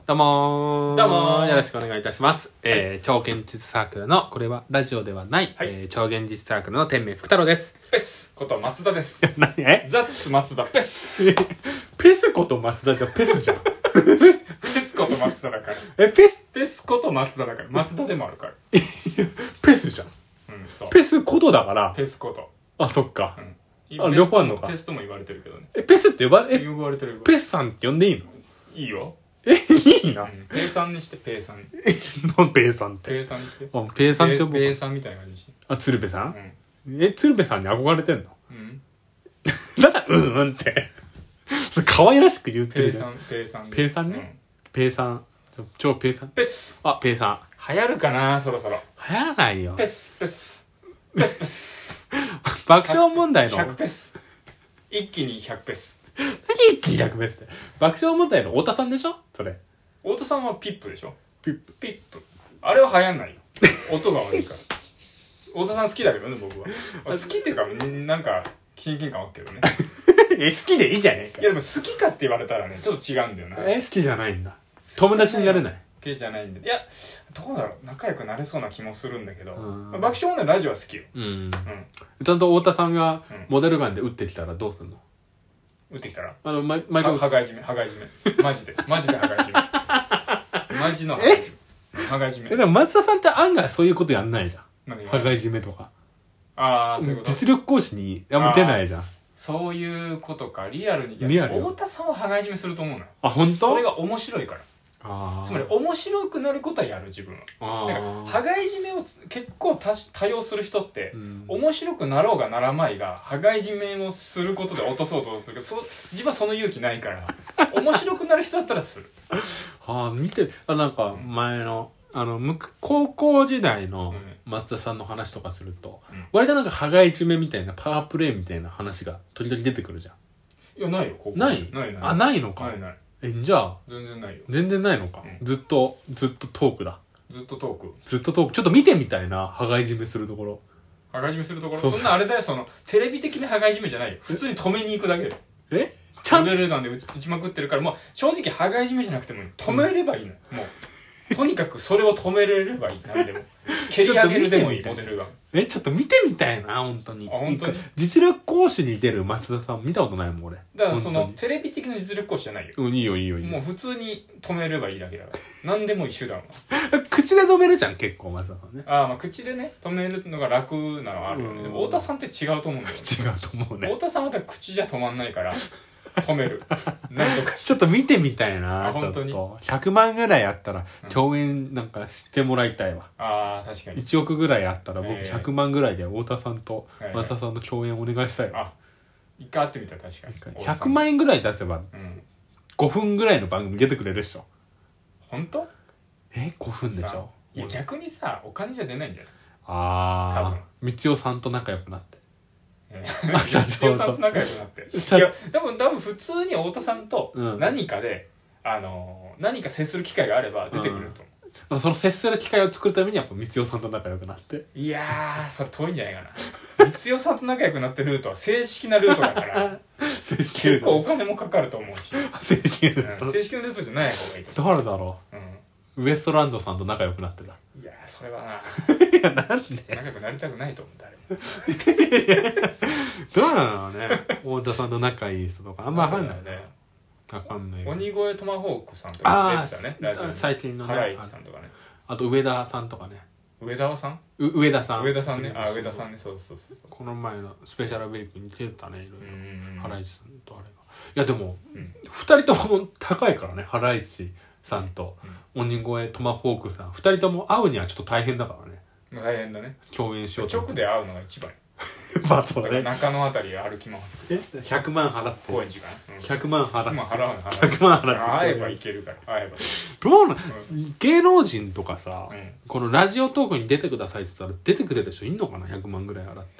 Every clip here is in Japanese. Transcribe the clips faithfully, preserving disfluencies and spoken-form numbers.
どうもーどうもーよろしくお願いいたします、はい、えー、超現実サークルのこれはラジオではない、はい、えー、超現実サークルの天命福太郎です。 ペスこと松田です。 何えザッツ松田ペスペスこと松田じゃペスじゃんペスこと松田だからえペスペスこと松田だから松田でもあるからペスじゃん、 うん、そうペスことだからペスことあそっか、 うん、 あ両方あんのか。 ペスとも言われてるけどね。 えペスって呼ばえ呼ばれてるペスさんって呼んでいいの？ いいよ。 えいいな、 うん、ペイさんにしてペイさん何ペイさんってペイさんにしてあペイさんって呼ぶペイさんみたいな感じにしてあ鶴瓶さん、 うん、 え鶴瓶さんに憧れてんの？ うんだからうんうんってそれ可愛らしく言ってるじゃん。 ペイさんペイさんね、うん、ペイさん超ペイさんペスあペイさん流行るかなそろそろ。 流行らないよ。 ペスペスペスペス爆笑問題のひゃくペス一気にひゃくペス何一気にひゃくペスって爆笑問題の太田さんでしょそれ。 太田さんはピップでしょ。 ピップピップあれは流行んないよ音が悪いから太田さん好きだけどね僕は好きっていうかなんか親近感あるけどねえ好きでいいじゃねえか。 いやでも好きかって言われたらねちょっと違うんだよな。 え好きじゃないんだ。友達になれない系じゃないんで。いやどうだろう仲良くなれそうな気もするんだけど、 まあ、 爆笑問題のラジオは好きよ。 うん、うん、ちゃんと太田さんがモデルガンで撃ってきたらどうすんの？ 撃ってきたらあの、ま、毎回はがいじめはがいじめマジでマジではがいじめマジのはがいじめはがいじめ。 でも松田さんって案外そういうことやんないじゃん。 何はがいじめとか。 ああそういうこと。 実力行使にあんま出ないじゃん。 そういうことか。リアルにリアル太田さんははがいじめすると思うのよ。 あ本当？ それが面白いから。 あつまり面白くなることはやる自分は。なんかはがいじめを結構多多用する人って、うん、面白くなろうがならまいがはがいじめをすることで落とそうとするけど、そ自分はその勇気ないから面白くなる人だったらするはあ見てあなんか前の、うん、あの高校時代の松田さんの話とかすると、うん、割となんかはがいじめみたいなパワープレイみたいな話が時々出てくるじゃん。 いやないよ高校ないないないあないのか。 ないないえじゃあ全然ないよ。 全然ないのか、うん、ずっとずっとトークだ。 ずっとトークずっとトークちょっと見てみたいなはがいじめするところ。 はがいじめするところ そ, そんなあれだよそのテレビ的なはがいじめじゃないよ。普通に止めに行くだけで。 えちゃんモデルガンで打 ち, 打ちまくってるからもう正直はがいじめじゃなくても止めればいいの、うん、もうとにかくそれを止めれればいい。何でも蹴り上げるでもいいモデルガン。 えちょっと見てみたいな本当に。 あ本当に実力行使に出る松田さん見たことないもん俺。 だからそのテレビ的な実力行使じゃないよ。 うんいいよいいよいいよ。 もう普通に止めればいいだけだから何でもいい手段は口で止めるじゃん結構松田さんね。 ああまあ口でね止めるのが楽なのはあるよね、うん、でも太田さんって違うと思うんだよ、ね、 違うと思うね。 太田さんは口じゃ止まんないから止めるなんとかちょっと見てみたいな。 本当にちょっとひゃくまんぐらいあったら共演なんかしてもらいたいわ、 うん、ああ確かにいちおくぐらいあったら僕ひゃくまんぐらいで太田さんと松田さんの共演お願いしたいわ、 はいはい、あ一回会ってみたら確かにひゃくまんえんぐらい出せば、 うん、 ごふんぐらいの番組出てくれるでしょ。 本当？ えごふんでしょ。 いや逆にさお金じゃ出ないんじゃない？ ああ光代さんと仲良くなって社長さんと仲良くなっていや多分多分普通に太田さんと何かで、うん、あの何か接する機会があれば出てくると思う、 うん、その接する機会を作るためにやっぱ光代さんと仲良くなって。 いやーそれ遠いんじゃないかな光代さんと仲良くなってルートは正式なルートだから正式ルート結構お金もかかると思うし正式ルート、 うん、正式なルートじゃない方がいいと思う。 誰だろう、うん、ウエストランドさんと仲良くなってた。 いやそれはないやなんで仲良くなりたくないと思う誰もどうなのね太田さんと仲いい人とかあんま分かんないね。分かんない。 鬼越トマホークさんとか出てたねラジオに最近のね。 ハライチさんとかね。 あと上田さんとかね。 上田さんう上田さん上田さんね。あ上田さんね。そうそうそうそう。 この前のスペシャルウィークに出てたねいろいろ。ハライチさんとあれが。いやでも、うん、ふたりとも高いからねハライチさんと、うん、鬼越トマホークさんふたりとも会うにはちょっと大変だからね。 大変だね。 共演しようと直で会うのが一番まあそうね。 中野あたり歩き回ってえひゃくまん払って高円寺かな、うん、 ひゃくまん払って払うのひゃくまん払って会えばいけるから会えばどうな、うん、芸能人とかさ、 うん、このラジオトークに出てくださいって言ったら出てくれる人いんのかなひゃくまんぐらい払って。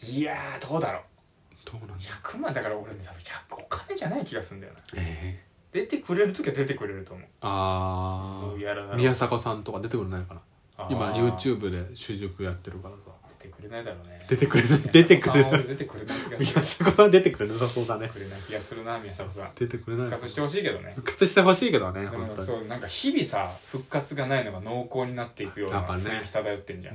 いやーどうだろう。 どうなんだひゃくまんだから俺ね多分ひゃくお金じゃない気がするんだよな、 えー、出てくれる時は出てくれると思う。 ああ宮迫さんとか出てくれないかな。今 YouTube で主軸やってるからさ出てくくれないだろうね。 出てくれない出てくれない出てくれない気がする。 宮迫さん出てくれなさそうだね。 くれない気がするな宮迫さん。 出てくれない。 復活してほしいけどね。 復活してほしいけどね。 でも本当にそうなんか日々さ復活がないのが濃厚になっていくような雰囲気漂ってんじゃん。 うん、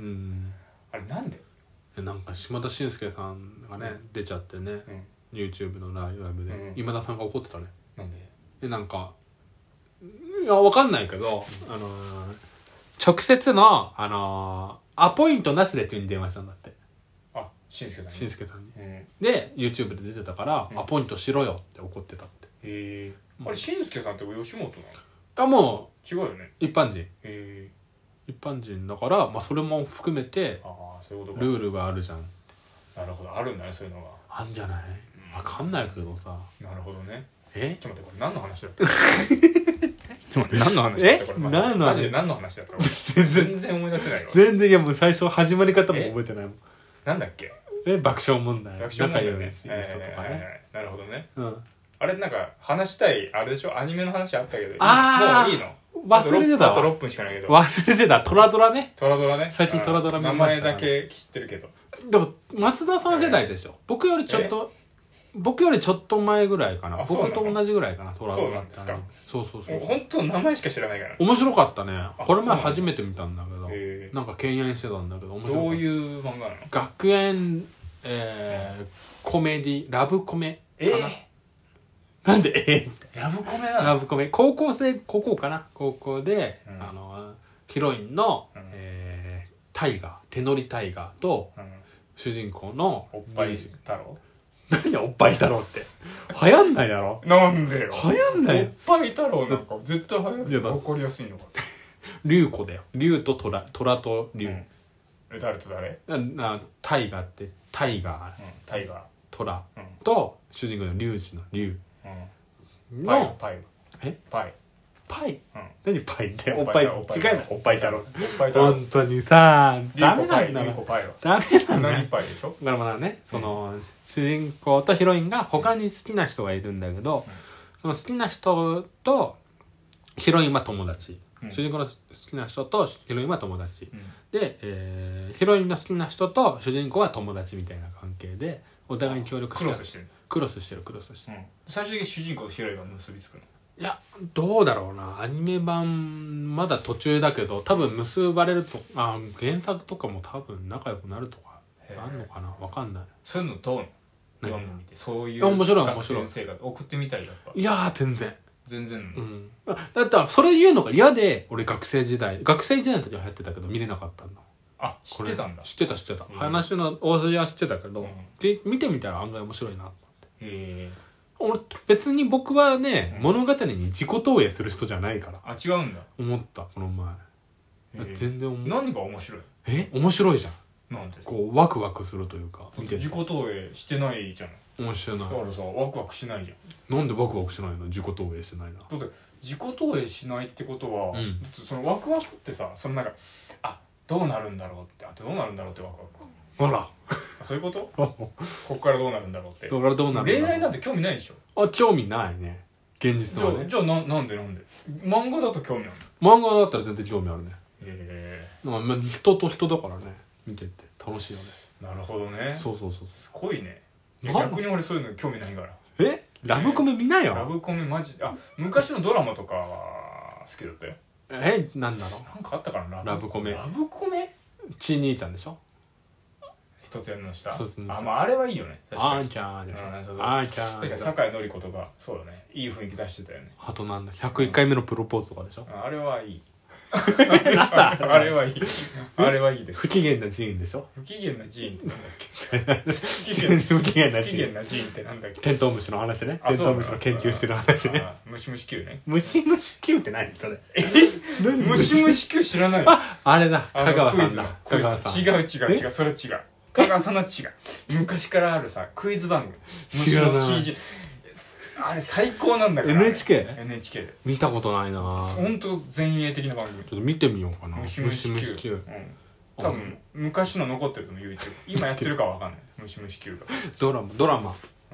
あれなんで？ なんか島田紳介さんがね、うん、出ちゃってね、うん、YouTube のライブで、うん、今田さんが怒ってたね。 なんで？ えなんかいやわかんないけど、うん、あのー、直接のあのー、アポイントなしでっていうに電話したんだって。 あ、紳介さんに。 紳介さんに、 うん、 で YouTube で出てたから、うん、アポイントしろよって怒ってたって。 へえ。あれ紳介さんって吉本なの？ あ、もう違うよね。 一般人。 へえ。 一般人だから、まあ、それも含めてあそういうことかルールがあるじゃん。 なるほど、あるんだねそういうのが。 あんじゃない？わかんないけどさ。 なるほどね。 え？ ちょっと待って、これ何の話だったちょっと待って何の話だったこれ。 何のマジで何の話だったこれ。全然思い出せないよ。 全然いやもう最初始まり方も覚えてないもん。 なんだっけ？ え爆笑問題。 爆笑問題ね。 仲良い人とかね。 なるほどね。 うん。 あれなんか話したいあれでしょ、アニメの話あったけど、 あもういいの？ 忘れてたわ。 あとろっぷんしかないけど。 忘れてた。トラドラね。 トラドラね。 最近トラドラ見ました。名前だけ知ってるけど。 でも松田さん世代でしょ。僕よりちょっと僕よりちょっと前ぐらいかな。僕と同じぐらいかな。トラドラって。そうそうそう。 本当名前しか知らないから。 面白かったね。これ前初めて見たんだけど、なんか敬遠してたんだけど面白かった。 どういう漫画なの？ 学園えーコメディラブコメかな。なんでえー、ラブコメなの？ ラブコメ高校生高校かな高校で、うん、あのヒロインの、うんえー、タイガー手乗りタイガーと、うん、主人公のおっぱい太郎。 何おっぱい太郎って流行んないやろ。 なんでよ流行んない。 おっぱい太郎なんか絶対流行る。分かりやすいのか。 竜子だよ。竜と虎虎と竜、うん、 え誰と誰？ なタイガーってタイガー、うん、 タイガー虎、うん、と主人公の竜二の竜のパイえパイパイ、うん、何パイっておっぱい違いますおっぱい太郎本当にさダメなんだダメなんだ何パイでしょ。 だからねその、うん、主人公とヒロインが他に好きな人がいるんだけど、うん、その好きな人とヒロインは友達、うん、主人公の好きな人とヒロインは友達、うん、で、えー、ヒロインの好きな人と主人公は友達みたいな関係でお互いに協力してクロスしてるクロスしてるクロスしてる、うん、 最終的に主人公とヒロインが結びつくの？ いやどうだろうな。アニメ版まだ途中だけど多分結ばれるとあ原作とかも多分仲良くなるとかあんのかなわかんない。 そういうのどうの読んでみてそういう面白い面白い学生生活送ってみたいやっぱ。 いや全然全然、 うん、だったらそれ言うのが嫌で俺学生時代学生時代の時は流行ってたけど見れなかったんだ。 あ知ってたんだ。 知ってた知ってた、うん、話の大筋は知ってたけど、うん、で見てみたら案外面白いなと思って。へえ。俺別に僕はね、うん、物語に自己投影する人じゃないから。 あ違うんだ。 思ったこの前。全然思う。 何が面白い？ え面白いじゃん。 なんで？ こうワクワクするというか。 自己投影してないじゃん。 面白いな。 だからさワクワクしないじゃん。なんでワクワクしないの？自己投影しないな。 だって自己投影しないってことは、うん、そのワクワクってさそのなんかあどうなるんだろうってあとどうなるんだろうってワクワク。 ほらそういうことこっからどうなるんだろうって。 こっからどうなるんだろう。 恋愛なんて興味ないでしょ。 あ興味ないね現実はね。 じゃあ、じゃあななんでなんで漫画だと興味あるの？漫画だったら全然興味あるね。へえ。まあ人と人だからね見てて楽しいよね。 なるほどね。そうそうそうすごいね。逆に俺そういうの興味ないから。 えラブコメ見なよ。 ラブコメマジあ昔のドラマとかは好きだったよ。 えなんだろうなんかあったかなラブコメ。 ラブコメちー兄ちゃんでしょ。 一つ屋根の下。 一つあまああれはいいよね。 あーちゃんでしょ。あーちゃん。 だから酒井紀子とかそうだねいい雰囲気出してたよね。 あとなんだひゃくいっかいめのプロポーズとかでしょ。 あれはいい。あれはいい。あれはいいです。 不機嫌なジーンでしょ。 不機嫌なジーンってなんだっけ。不機嫌なジーンってなんだっけ。 テントウムシの話ね。テントウムシの研究してる話ね。 ムシムシキュウね。 ムシムシキュウって何それ。 えムシムシキュウ知らない。 ああれだ香川さんだ。 香川さん。違う違う違うそれ違う。香川さんの違う。昔からあるさクイズ番組。 知らない。 あれ最高なんだから。 エヌエイチケー？ エヌエイチケー で見たことないな。 本当前衛的な番組。 ちょっと見てみようかな。 ムシムシキュウ。多分昔の残ってると思う YouTube。 今やってるかわかんない。ムシムシキュウがドラマドラマ、 うん、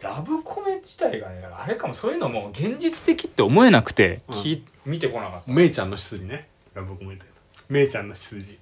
ラブコメ自体がねあれかもそういうのも現実的って思えなくて、うん、見てこなかった。 めいちゃんの執事ねラブコメってめいちゃんの執事。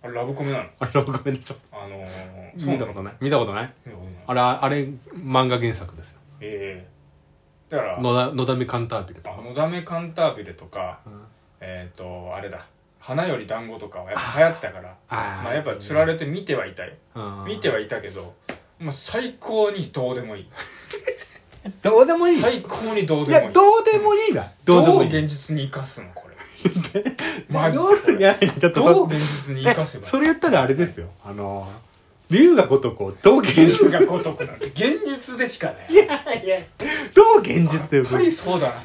あれラブコメなの？ あれラブコメでしょ。 あのー、見たことない見たことない見たことない。 あれあれ漫画原作ですよ。 ええー、だからのだのだめカンタービレとかのだめカンタービレとか、うん、えっ、ー、とあれだ花より団子とかはやっぱ流行ってたからあまあやっぱ釣られて見てはいたよ。見てはいたけど、まあ、最高にどうでもいいどうでもいい最高にどうでもいい。いやどうでもいいわ。 どうでもいい。どう現実に生かすのこれマジで。いやいやちょっとどう現実に生かせば。 それ言ったらあれですよ。あの龍が如くどう現実龍が如くなんて現実でしかない。 いやいやどう現実ってやっぱりそうだなって。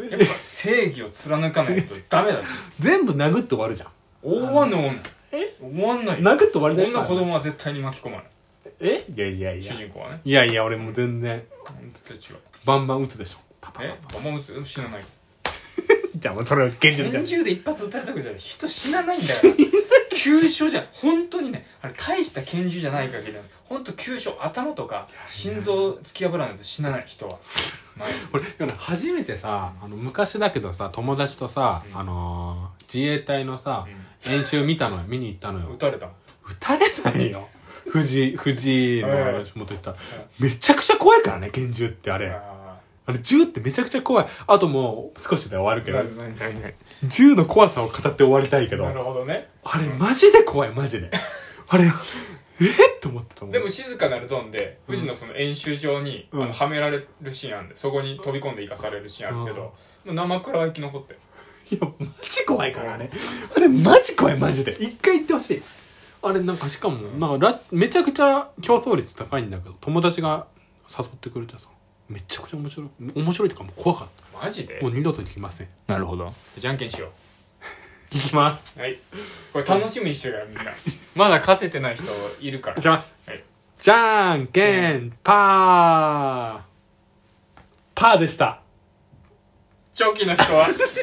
やっぱ正義を貫かないとダメだ。 全部殴って終わるじゃん。 終わんない終わんない。え終わんない。 殴って終わりだし。 こんな子供は絶対に巻き込まない。 えいやいやいや主人公はね。 いやいや俺も全然全然違う。 バンバン撃つでしょ。 パパパパえバンバン撃つ死なない。 じゃあもうそれは現実じゃん。 拳銃で一発撃たれたわけじゃない。人死なないんだから急所じゃん。本当にねあれ大した拳銃じゃない限り本当急所頭とか心臓突き破らないと死なない人は俺初めてさあの昔だけどさ友達とさ、うん、あのー、自衛隊のさ、うん、演習見たのよ見に行ったのよ。 撃たれた撃たれないよ藤井藤井の話元言ったらめちゃくちゃ怖いからね拳銃ってあれあれ銃ってめちゃくちゃ怖い。あともう少しで終わるけど銃の怖さを語って終わりたいけどなるほどねあれマジで怖いマジであれえっと思ってたもん。 でも静かなるドンで富士のその演習場に、うん、あのはめられるシーンあるんでそこに飛び込んで生かされるシーンあるけど、うん、生倉は生き残っていやマジ怖いからね、うん、あれマジ怖いマジで一回行ってほしい。あれなんかしかもなんかラめちゃくちゃ競争率高いんだけど友達が誘ってくれてさめちゃくちゃ面白い面白いとかもう怖かった。 マジで？ もう二度と行きません。 なるほど。じゃんけんしよう行きます。 はいこれ楽しみにしてるからみんなまだ勝ててない人いるからいきます、はい、じゃんけんパーパーでした。 チョキの人は